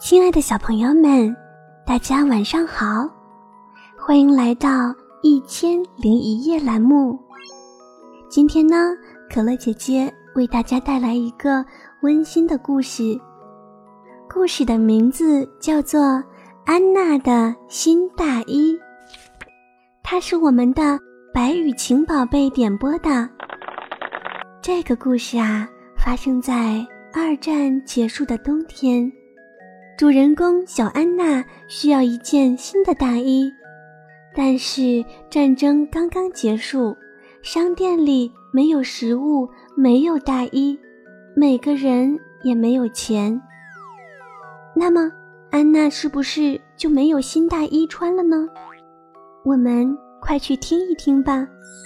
亲爱的小朋友们，大家晚上好，欢迎来到1001夜栏目。今天呢，可乐姐姐为大家带来一个温馨的故事，故事的名字叫做《安娜的新大衣》，它是我们的白雨晴宝贝点播的。这个故事啊，发生在2战结束的冬天。主人公小安娜需要一件新的大衣，但是战争刚刚结束，商店里没有食物，没有大衣，每个人也没有钱。那么安娜是不是就没有新大衣穿了呢？我们快去听一听吧。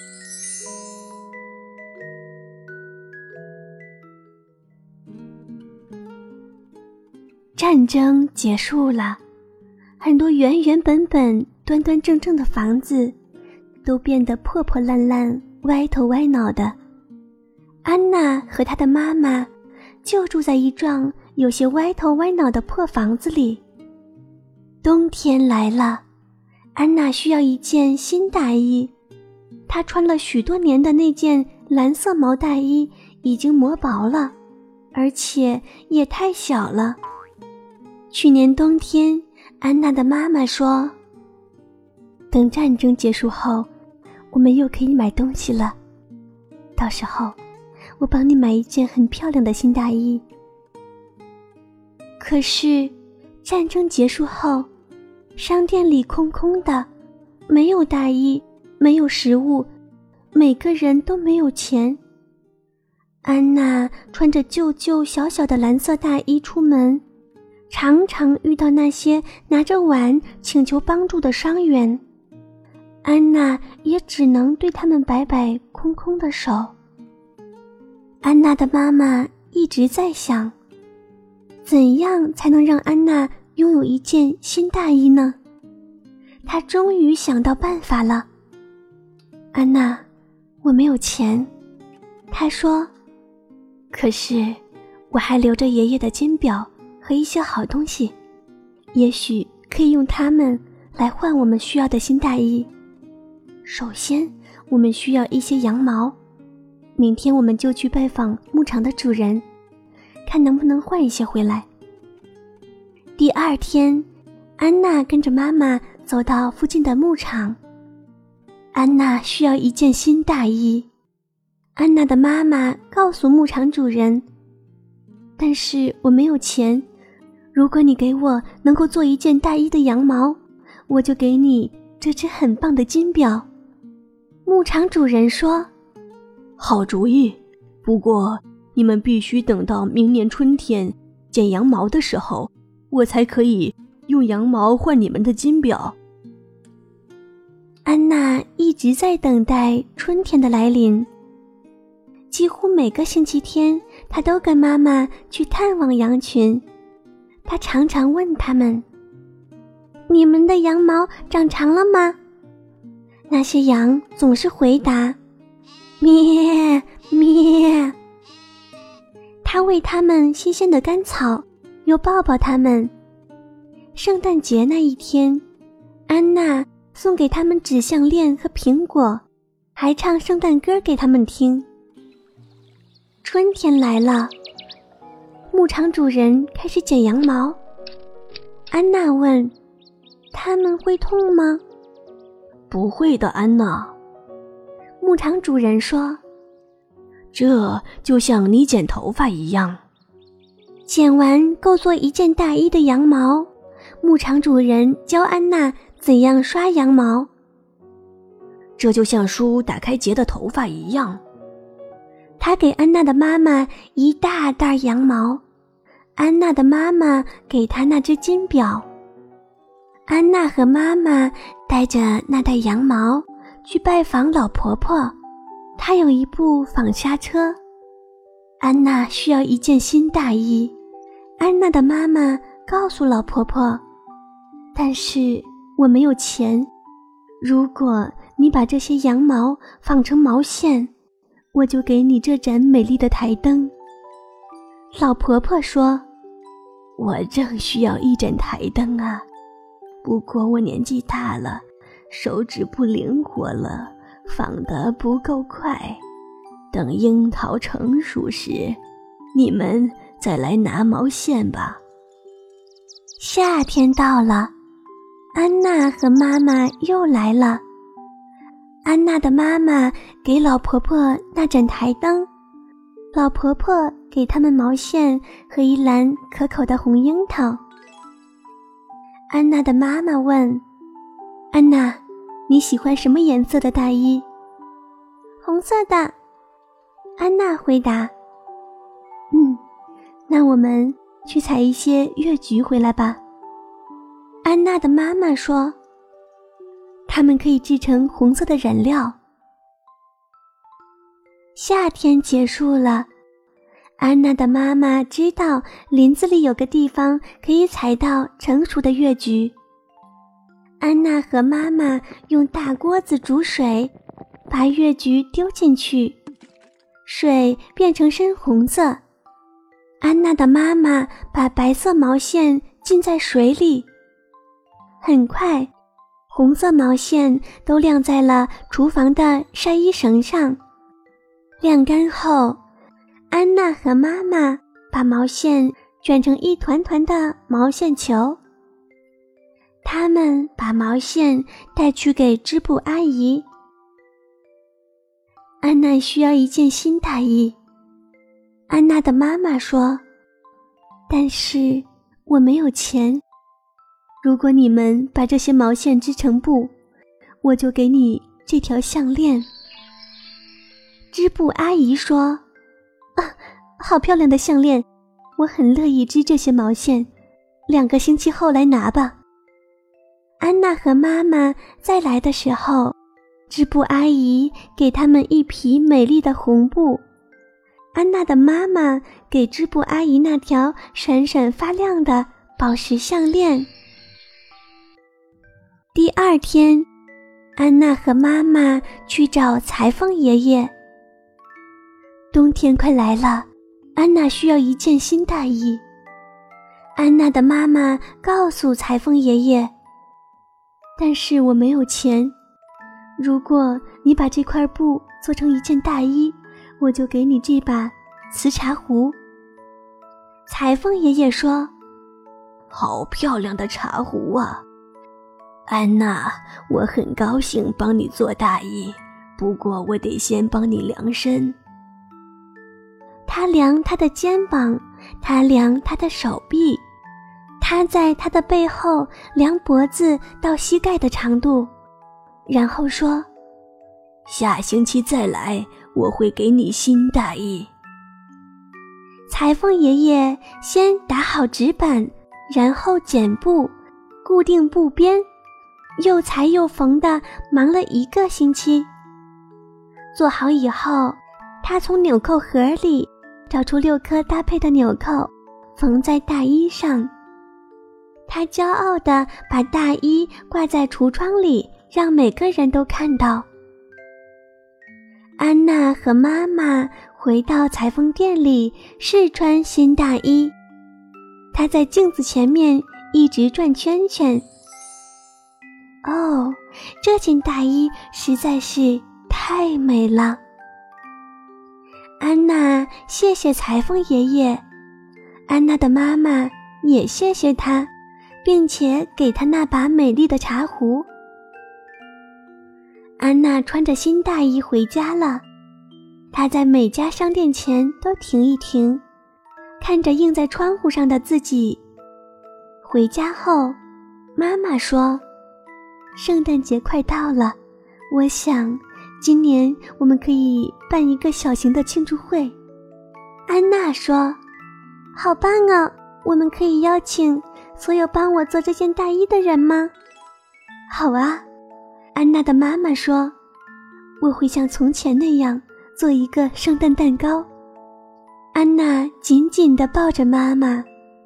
战争结束了，很多原本端端正正的房子都变得破破烂烂，歪头歪脑的。安娜和她的妈妈就住在一幢有些歪头歪脑的破房子里。冬天来了，安娜需要一件新大衣。她穿了许多年的那件蓝色毛大衣已经磨薄了，而且也太小了。去年冬天，安娜的妈妈说，等战争结束后，我们又可以买东西了，到时候我帮你买一件很漂亮的新大衣。可是战争结束后，商店里空空的，没有大衣，没有食物，每个人都没有钱。安娜穿着旧旧小小的蓝色大衣出门，常常遇到那些拿着碗请求帮助的伤员，安娜也只能对他们摆摆空空的手。安娜的妈妈一直在想，怎样才能让安娜拥有一件新大衣呢？她终于想到办法了。安娜，我没有钱，她说，可是我还留着爷爷的金表和一些好东西，也许可以用它们来换我们需要的新大衣。首先，我们需要一些羊毛，明天我们就去拜访牧场的主人，看能不能换一些回来。第二天，安娜跟着妈妈走到附近的牧场。安娜需要一件新大衣。安娜的妈妈告诉牧场主人，但是我没有钱，如果你给我能够做一件大衣的羊毛，我就给你这只很棒的金表。牧场主人说， 好主意，不过你们必须等到明年春天剪羊毛的时候，我才可以用羊毛换你们的金表。 安娜一直在等待春天的来临，几乎每个星期天，她都跟妈妈去探望羊群。她常常问他们，你们的羊毛长长了吗？那些羊总是回答，咩咩。她喂它们新鲜的干草，又抱抱它们。圣诞节那一天，安娜送给他们纸项链和苹果，还唱圣诞歌给他们听。春天来了，牧场主人开始剪羊毛。安娜问，他们会痛吗？ 不会的，安娜。 牧场主人说， 这就像你剪头发一样。 剪完够做一件大衣的羊毛，牧场主人教安娜怎样刷羊毛。 这就像梳打开结的头发一样。 他给安娜的妈妈一大袋羊毛，安娜的妈妈给她那只金表。安娜和妈妈带着那袋羊毛去拜访老婆婆，她有一部纺纱车。安娜需要一件新大衣。安娜的妈妈告诉老婆婆，但是我没有钱，如果你把这些羊毛纺成毛线，我就给你这盏美丽的台灯。老婆婆说， 我正需要一盏台灯啊，不过我年纪大了，手指不灵活了，纺得不够快。等樱桃成熟时，你们再来拿毛线吧。 夏天到了，安娜和妈妈又来了。安娜的妈妈给老婆婆那盏台灯，老婆婆给他们毛线和一篮可口的红樱桃。安娜的妈妈问：安娜，你喜欢什么颜色的大衣？红色的。安娜回答。那我们去采一些月菊回来吧。安娜的妈妈说，它们可以制成红色的染料。夏天结束了，安娜的妈妈知道林子里有个地方可以采到成熟的月菊。安娜和妈妈用大锅子煮水，把月菊丢进去，水变成深红色。安娜的妈妈把白色毛线浸在水里，很快红色毛线都晾在了厨房的晒衣绳上。晾干后，安娜和妈妈把毛线卷成一团团的毛线球。他们把毛线带去给织布阿姨。安娜需要一件新大衣。安娜的妈妈说，但是我没有钱，如果你们把这些毛线织成布，我就给你这条项链。织布阿姨说，好漂亮的项链，我很乐意织这些毛线，2个星期后来拿吧。安娜和妈妈再来的时候，织布阿姨给他们一匹美丽的红布。安娜的妈妈给织布阿姨那条闪闪发亮的宝石项链。第2天，安娜和妈妈去找裁缝爷爷。冬天快来了，安娜需要一件新大衣。安娜的妈妈告诉裁缝爷爷，但是我没有钱，如果你把这块布做成一件大衣，我就给你这把瓷茶壶。裁缝爷爷说， 好漂亮的茶壶啊！安娜，我很高兴帮你做大衣，不过我得先帮你量身。 他量他的肩膀，他量他的手臂，他在他的背后量脖子到膝盖的长度，然后说， 下星期再来，我会给你新大衣。 裁缝爷爷先打好纸板，然后剪布，固定布边，又裁又缝的忙了1个星期。做好以后，他从纽扣盒里找出6颗搭配的纽扣，缝在大衣上。他骄傲地把大衣挂在橱窗里，让每个人都看到。安娜和妈妈回到裁缝店里试穿新大衣。她在镜子前面一直转圈圈。哦，这件大衣实在是太美了。安娜谢谢裁缝爷爷，安娜的妈妈也谢谢他，并且给他那把美丽的茶壶。安娜穿着新大衣回家了，她在每家商店前都停一停，看着映在窗户上的自己。回家后，妈妈说，圣诞节快到了，我想今年我们可以办一个小型的庆祝会。安娜说，好棒哦，我们可以邀请所有帮我做这件大衣的人吗？好啊，安娜的妈妈说，我会像从前那样做一个圣诞蛋糕。安娜紧紧地抱着妈妈。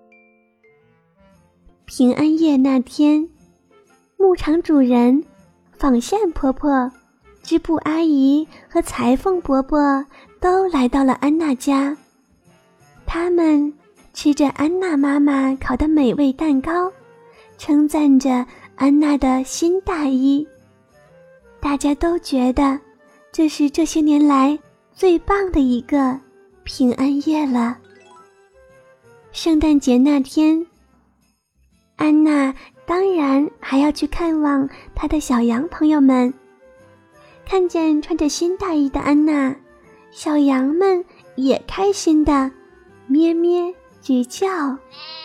平安夜那天，牧场主人、纺线婆婆、织布阿姨和裁缝伯伯都来到了安娜家。他们吃着安娜妈妈烤的美味蛋糕，称赞着安娜的新大衣。大家都觉得这是这些年来最棒的一个平安夜了。圣诞节那天，安娜当然还要去看望她的小羊朋友们。看见穿着新大衣的安娜，小羊们也开心地咩咩直叫。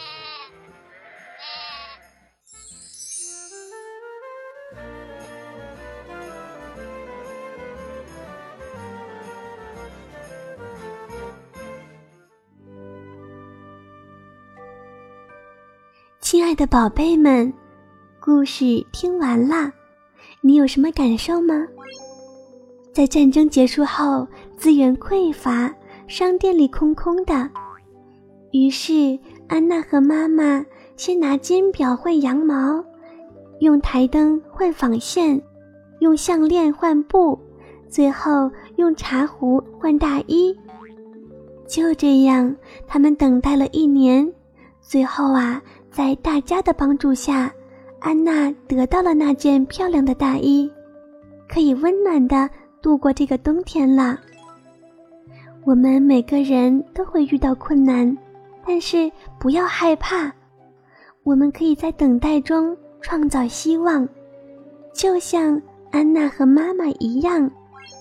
亲爱的宝贝们，故事听完啦，你有什么感受吗？在战争结束后，资源匮乏，商店里空空的。于是安娜和妈妈先拿金表换羊毛，用台灯换纺线，用项链换布，最后用茶壶换大衣。就这样，他们等待了1年，最后在大家的帮助下，安娜得到了那件漂亮的大衣，可以温暖地度过这个冬天了。我们每个人都会遇到困难，但是不要害怕，我们可以在等待中创造希望，就像安娜和妈妈一样。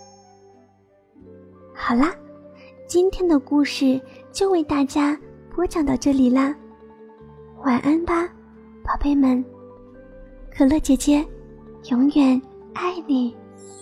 好啦，今天的故事就为大家播讲到这里啦，晚安吧，宝贝们，可乐姐姐永远爱你。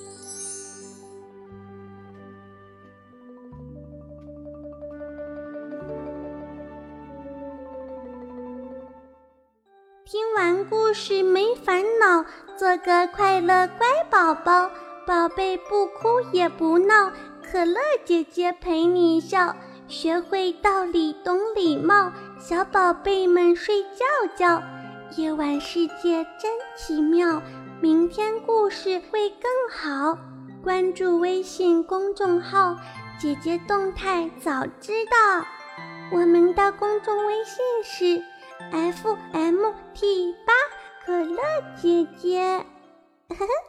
听完故事没烦恼，做个快乐乖宝宝，宝贝不哭也不闹，可乐姐姐陪你笑，学会道理懂礼貌，小宝贝们睡觉觉，夜晚世界真奇妙，明天故事会更好，关注微信公众号，姐姐动态早知道，我们的公众微信是FMT8可乐姐姐，呵呵。